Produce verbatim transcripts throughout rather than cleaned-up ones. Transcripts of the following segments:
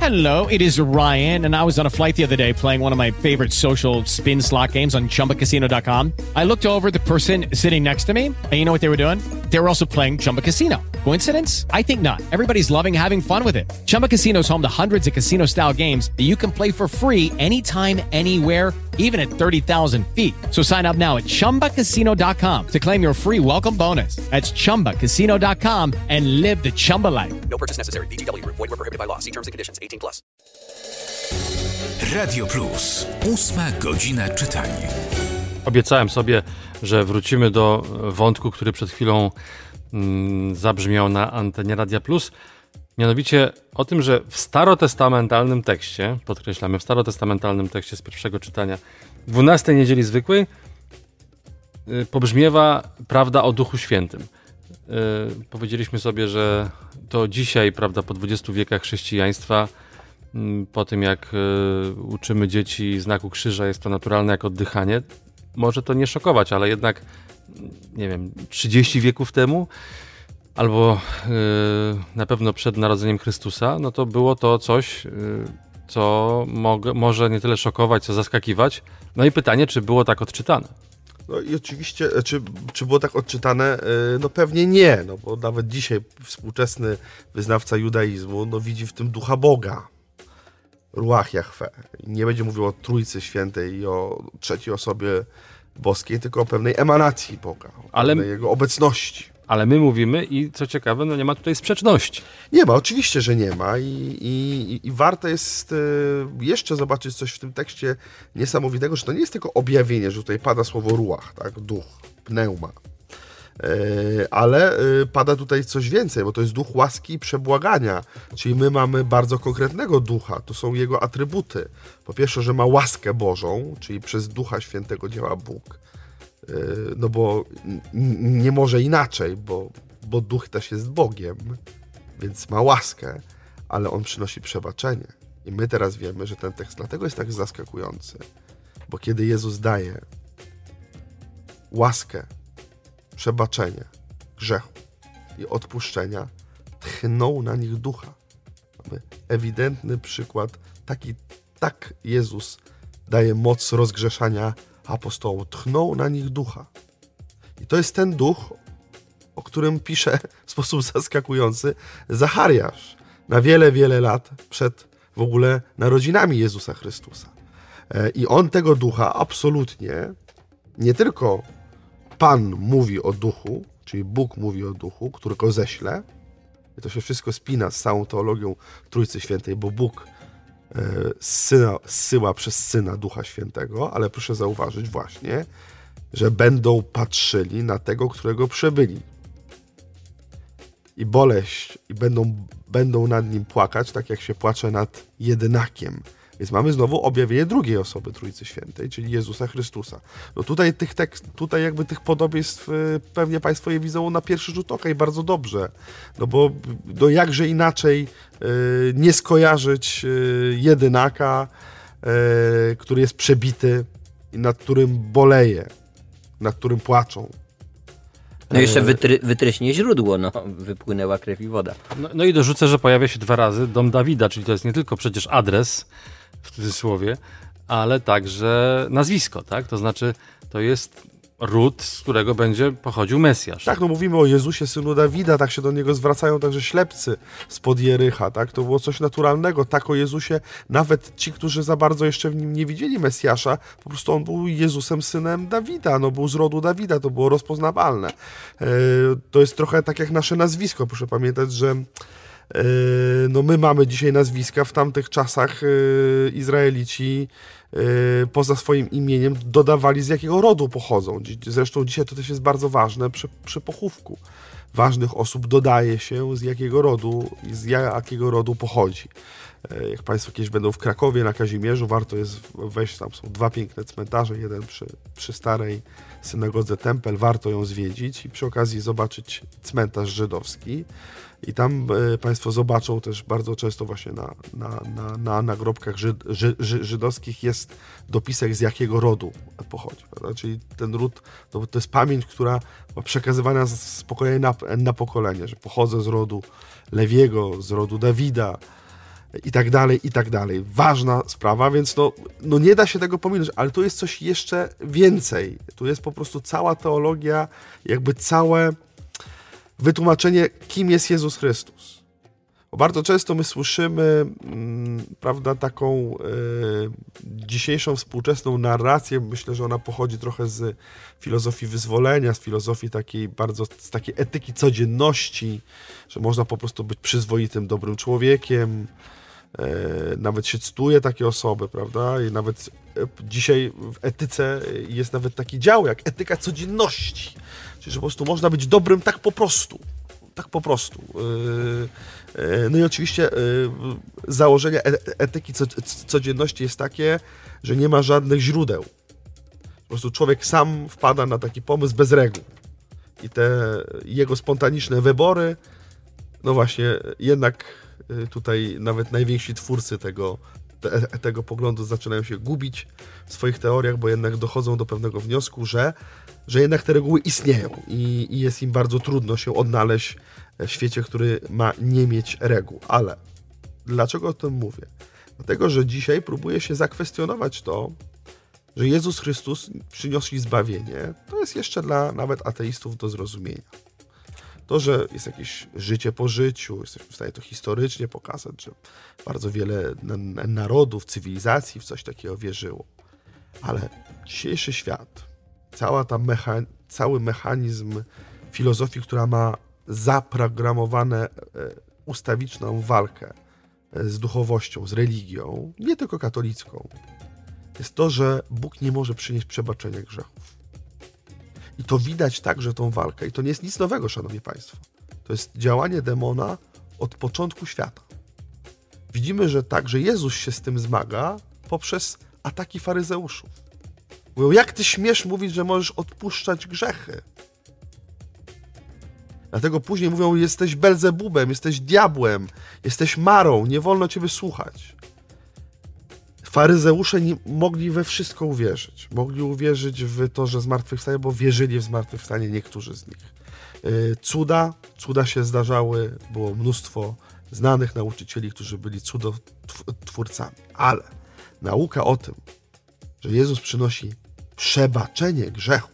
Hello, it is Ryan, and I was on a flight the other day playing one of my favorite social spin slot games on Chumba Casino dot com. I looked over at the person sitting next to me, and you know what they were doing? They were also playing Chumba Casino. Coincidence? I think not. Everybody's loving having fun with it. Chumba Casino is home to hundreds of casino-style games that you can play for free anytime, anywhere, even at thirty thousand feet. So sign up now at Chumba Casino dot com to claim your free welcome bonus. That's Chumba Casino dot com and live the Chumba life. No purchase necessary. V G W. Void where prohibited by law. See terms and conditions. eighteen plus. Radio Plus. Ósma godzina czytania. Obiecałem sobie, że wrócimy do wątku, który przed chwilą mm, zabrzmiał na antenie Radia Plus. Mianowicie o tym, że w starotestamentalnym tekście, podkreślamy, w starotestamentalnym tekście z pierwszego czytania dwunastej niedzieli zwykłej yy, pobrzmiewa prawda o Duchu Świętym. Yy, powiedzieliśmy sobie, że to dzisiaj, prawda, po dwudziestu wiekach chrześcijaństwa, yy, po tym jak yy, uczymy dzieci znaku krzyża, jest to naturalne jak oddychanie. Może to nie szokować, ale jednak, nie wiem, trzydzieści wieków temu, albo yy, na pewno przed narodzeniem Chrystusa, no to było to coś, yy, co mo- może nie tyle szokować, co zaskakiwać. No i pytanie, czy było tak odczytane? No i oczywiście, czy, czy było tak odczytane? No pewnie nie, no bo nawet dzisiaj współczesny wyznawca judaizmu no widzi w tym ducha Boga, Ruach Jahwe. Nie będzie mówił o Trójcy Świętej i o trzeciej osobie boskiej, tylko o pewnej emanacji Boga, o Ale... pewnej Jego obecności. Ale my mówimy i co ciekawe, no nie ma tutaj sprzeczności. Nie ma, oczywiście, że nie ma i, i, i warto jest jeszcze zobaczyć coś w tym tekście niesamowitego, że to nie jest tylko objawienie, że tutaj pada słowo ruach, tak, duch, pneuma, ale pada tutaj coś więcej, bo to jest duch łaski i przebłagania, czyli my mamy bardzo konkretnego ducha, to są jego atrybuty. Po pierwsze, że ma łaskę Bożą, czyli przez Ducha Świętego działa Bóg. No bo nie może inaczej, bo, bo duch też jest Bogiem, więc ma łaskę, ale on przynosi przebaczenie. I my teraz wiemy, że ten tekst dlatego jest tak zaskakujący, bo kiedy Jezus daje łaskę, przebaczenie grzechu i odpuszczenia, tchnął na nich ducha. Mamy ewidentny przykład, taki, tak Jezus daje moc rozgrzeszania apostołom, tchnął na nich ducha. I to jest ten duch, o którym pisze w sposób zaskakujący Zachariasz na wiele, wiele lat przed w ogóle narodzinami Jezusa Chrystusa. I on tego ducha absolutnie, nie tylko Pan mówi o duchu, czyli Bóg mówi o duchu, który go ześle, i to się wszystko spina z całą teologią Trójcy Świętej, bo Bóg Syna, zsyła przez Syna Ducha Świętego, ale proszę zauważyć właśnie, że będą patrzyli na tego, którego przebyli. I boleść, i będą, będą nad nim płakać, tak jak się płacze nad jedynakiem. Więc mamy znowu objawienie drugiej osoby Trójcy Świętej, czyli Jezusa Chrystusa. No tutaj tych tekst, tutaj jakby tych podobieństw pewnie Państwo je widzą na pierwszy rzut oka i bardzo dobrze. No bo no jakże inaczej yy, nie skojarzyć yy, jedynaka, yy, który jest przebity i nad którym boleje, nad którym płaczą. No jeszcze wytry, wytryśnie źródło, no, wypłynęła krew i woda. No, no i dorzucę, że pojawia się dwa razy dom Dawida, czyli to jest nie tylko przecież adres, w cudzysłowie, ale także nazwisko, tak? To znaczy, to jest ród, z którego będzie pochodził Mesjasz. Tak, no mówimy o Jezusie, synu Dawida, tak się do niego zwracają także ślepcy spod Jericha, tak? To było coś naturalnego, tak o Jezusie, nawet ci, którzy za bardzo jeszcze w nim nie widzieli Mesjasza, po prostu on był Jezusem, synem Dawida, no był z rodu Dawida, to było rozpoznawalne. Yy, to jest trochę tak jak nasze nazwisko, proszę pamiętać, że no my mamy dzisiaj nazwiska, w tamtych czasach yy, Izraelici yy, poza swoim imieniem dodawali, z jakiego rodu pochodzą. Zresztą dzisiaj to też jest bardzo ważne przy, przy pochówku. Ważnych osób dodaje się, z jakiego rodu i z jakiego rodu pochodzi. Yy, jak Państwo kiedyś będą w Krakowie na Kazimierzu, warto jest wejść, tam są dwa piękne cmentarze, jeden przy, przy starej synagodze Tempel, warto ją zwiedzić i przy okazji zobaczyć cmentarz żydowski. I tam y, Państwo zobaczą też bardzo często właśnie na, na, na, na nagrobkach żyd, ży, ży, żydowskich jest dopisek, z jakiego rodu pochodzi. Prawda? Czyli ten ród, no, to jest pamięć, która ma przekazywana z, z pokolenia na, na pokolenie, że pochodzę z rodu Lewiego, z rodu Dawida. i tak dalej, i tak dalej. Ważna sprawa, więc no, no nie da się tego pominąć, ale tu jest coś jeszcze więcej. Tu jest po prostu cała teologia, jakby całe wytłumaczenie, kim jest Jezus Chrystus. Bo bardzo często my słyszymy, mm, prawda, taką y, dzisiejszą współczesną narrację, myślę, że ona pochodzi trochę z filozofii wyzwolenia, z filozofii takiej bardzo, z takiej etyki codzienności, że można po prostu być przyzwoitym, dobrym człowiekiem. Y, nawet się cytuje takie osoby, prawda, i nawet y, dzisiaj w etyce jest nawet taki dział jak etyka codzienności, czyli że po prostu można być dobrym tak po prostu. Tak po prostu. No i oczywiście założenie etyki codzienności jest takie, że nie ma żadnych źródeł. Po prostu człowiek sam wpada na taki pomysł bez reguł. I te jego spontaniczne wybory, no właśnie, jednak tutaj nawet najwięksi twórcy tego, te, tego poglądu zaczynają się gubić w swoich teoriach, bo jednak dochodzą do pewnego wniosku, że, że jednak te reguły istnieją i, i jest im bardzo trudno się odnaleźć w świecie, który ma nie mieć reguł. Ale dlaczego o tym mówię? Dlatego, że dzisiaj próbuje się zakwestionować to, że Jezus Chrystus przyniósł zbawienie. To jest jeszcze dla nawet ateistów do zrozumienia. To, że jest jakieś życie po życiu, jesteśmy w stanie to historycznie pokazać, że bardzo wiele narodów, cywilizacji w coś takiego wierzyło. Ale dzisiejszy świat, cała ta mecha- cały mechanizm filozofii, która ma zaprogramowane ustawiczną walkę z duchowością, z religią, nie tylko katolicką, jest to, że Bóg nie może przynieść przebaczenia grzechów. I to widać także tą walkę. I to nie jest nic nowego, szanowni państwo. To jest działanie demona od początku świata. Widzimy, że także Jezus się z tym zmaga poprzez ataki faryzeuszów. Mówią, jak ty śmiesz mówić, że możesz odpuszczać grzechy? Dlatego później mówią, jesteś Belzebubem, jesteś diabłem, jesteś marą, nie wolno ciebie słuchać. Faryzeusze nie, mogli we wszystko uwierzyć. Mogli uwierzyć w to, że zmartwychwstaje, bo wierzyli w zmartwychwstanie niektórzy z nich. Yy, cuda, cuda się zdarzały, było mnóstwo znanych nauczycieli, którzy byli cudotwórcami. Ale nauka o tym, że Jezus przynosi przebaczenie grzechów,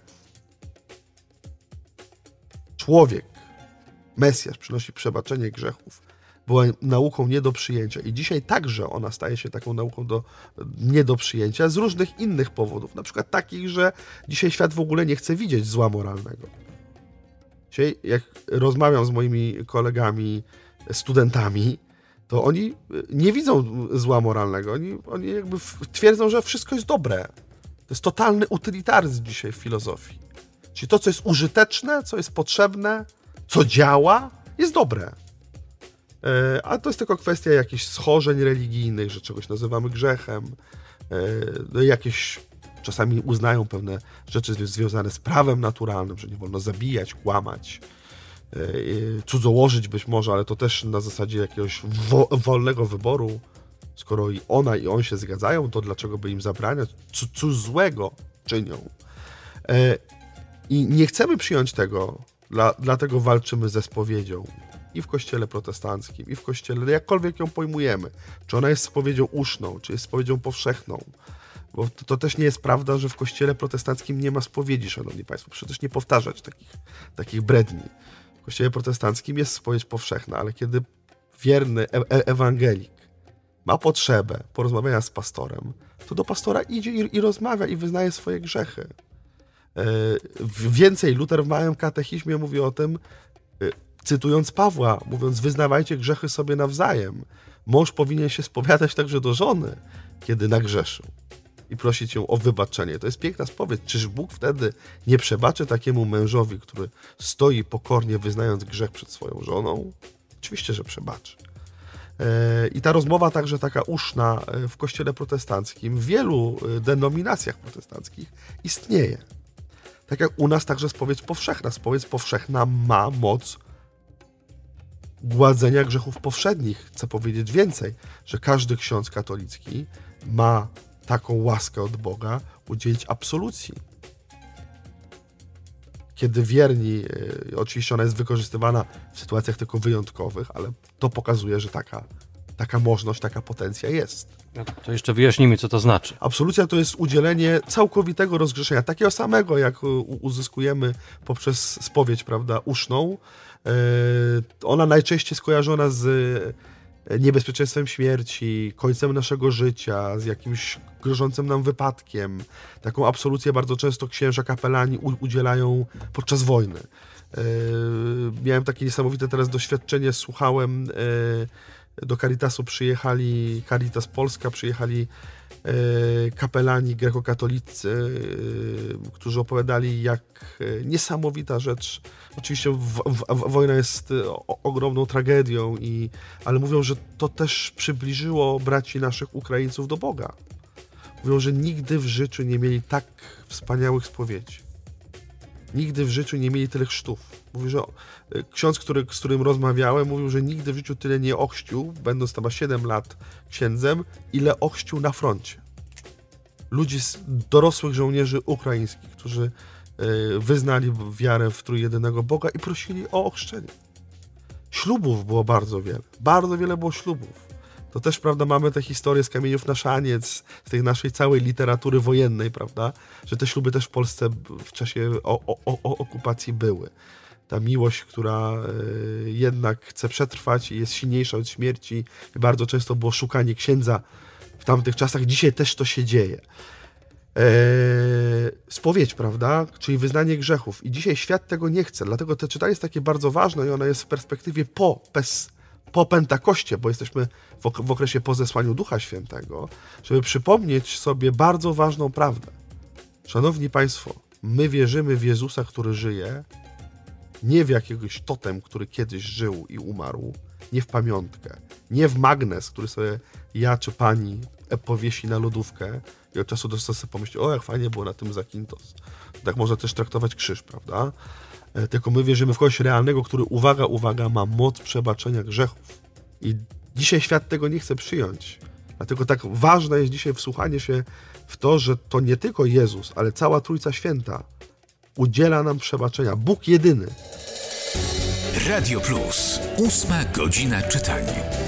człowiek, Mesjasz przynosi przebaczenie grzechów, była nauką nie do przyjęcia. I dzisiaj także ona staje się taką nauką do, nie do przyjęcia z różnych innych powodów. Na przykład takich, że dzisiaj świat w ogóle nie chce widzieć zła moralnego. Dzisiaj, jak rozmawiam z moimi kolegami, studentami, to oni nie widzą zła moralnego. Oni, oni jakby twierdzą, że wszystko jest dobre. To jest totalny utylitaryzm dzisiaj w filozofii. Czyli to, co jest użyteczne, co jest potrzebne, co działa, jest dobre. A to jest tylko kwestia jakichś schorzeń religijnych, że czegoś nazywamy grzechem. No jakieś czasami uznają pewne rzeczy związane z prawem naturalnym, że nie wolno zabijać, kłamać, cudzołożyć być może, ale to też na zasadzie jakiegoś wo- wolnego wyboru. Skoro i ona i on się zgadzają, to dlaczego by im zabraniać? Co, cóż złego czynią? I nie chcemy przyjąć tego, dla, dlatego walczymy ze spowiedzią. I w kościele protestanckim, i w kościele, jakkolwiek ją pojmujemy. Czy ona jest spowiedzią uszną, czy jest spowiedzią powszechną. Bo to, to też nie jest prawda, że w kościele protestanckim nie ma spowiedzi, szanowni państwo. Proszę też nie powtarzać takich, takich bredni. W kościele protestanckim jest spowiedź powszechna, ale kiedy wierny e- e- ewangelik ma potrzebę porozmawiania z pastorem, to do pastora idzie i, i rozmawia i wyznaje swoje grzechy. E, więcej, Luter w Małym Katechizmie mówi o tym, e, cytując Pawła, mówiąc, wyznawajcie grzechy sobie nawzajem. Mąż powinien się spowiadać także do żony, kiedy nagrzeszył i prosić ją o wybaczenie. To jest piękna spowiedź. Czyż Bóg wtedy nie przebaczy takiemu mężowi, który stoi pokornie wyznając grzech przed swoją żoną? Oczywiście, że przebaczy. I ta rozmowa także taka uszna w kościele protestanckim, w wielu denominacjach protestanckich istnieje. Tak jak u nas także spowiedź powszechna. Spowiedź powszechna ma moc gładzenia grzechów powszednich. Chcę powiedzieć więcej, że każdy ksiądz katolicki ma taką łaskę od Boga udzielić absolucji. Kiedy wierni, oczywiście ona jest wykorzystywana w sytuacjach tylko wyjątkowych, ale to pokazuje, że taka taka możliwość, taka potencja jest. To jeszcze wyjaśnijmy, co to znaczy. Absolucja to jest udzielenie całkowitego rozgrzeszenia, takiego samego, jak uzyskujemy poprzez spowiedź, prawda, uszną. Ona najczęściej skojarzona z niebezpieczeństwem śmierci, końcem naszego życia, z jakimś grożącym nam wypadkiem. Taką absolucję bardzo często księża kapelani udzielają podczas wojny. Miałem takie niesamowite teraz doświadczenie, słuchałem, do Caritasu przyjechali, Caritas Polska, przyjechali kapelani grekokatolicy, którzy opowiadali, jak niesamowita rzecz. Oczywiście w, w, w, wojna jest o, ogromną tragedią, i, ale mówią, że to też przybliżyło braci naszych Ukraińców do Boga. Mówią, że nigdy w życiu nie mieli tak wspaniałych spowiedzi. Nigdy w życiu nie mieli tyle chrztów. Mówi, że ksiądz, który, z którym rozmawiałem, mówił, że nigdy w życiu tyle nie ochrzcił, będąc tam siedem lat księdzem, ile ochrzcił na froncie. Ludzi, dorosłych żołnierzy ukraińskich, którzy wyznali wiarę w trójjedynego Boga i prosili o ochrzczenie. Ślubów było bardzo wiele. Bardzo wiele było ślubów. To też, prawda, mamy te historie z Kamieniów na Szaniec, z tej naszej całej literatury wojennej, prawda, że te śluby też w Polsce w czasie o, o, o, okupacji były. Ta miłość, która y, jednak chce przetrwać i jest silniejsza od śmierci. I bardzo często było szukanie księdza w tamtych czasach. Dzisiaj też to się dzieje. E, spowiedź, prawda, czyli wyznanie grzechów. I dzisiaj świat tego nie chce, dlatego to czytanie jest takie bardzo ważne i ono jest w perspektywie po, pes, po Pentakoście, bo jesteśmy w, ok- w okresie po zesłaniu Ducha Świętego, żeby przypomnieć sobie bardzo ważną prawdę. Szanowni Państwo, my wierzymy w Jezusa, który żyje, nie w jakiegoś totem, który kiedyś żył i umarł, nie w pamiątkę, nie w magnes, który sobie ja czy pani powiesi na lodówkę i od czasu do czasu sobie pomyśli, o jak fajnie było na tym Zakintos. Tak można też traktować krzyż, prawda? Tylko my wierzymy w kogoś realnego, który, uwaga, uwaga, ma moc przebaczenia grzechów. I dzisiaj świat tego nie chce przyjąć. Dlatego tak ważne jest dzisiaj wsłuchanie się w to, że to nie tylko Jezus, ale cała Trójca Święta udziela nam przebaczenia. Bóg jedyny. Radio Plus. Ósma godzina czytania.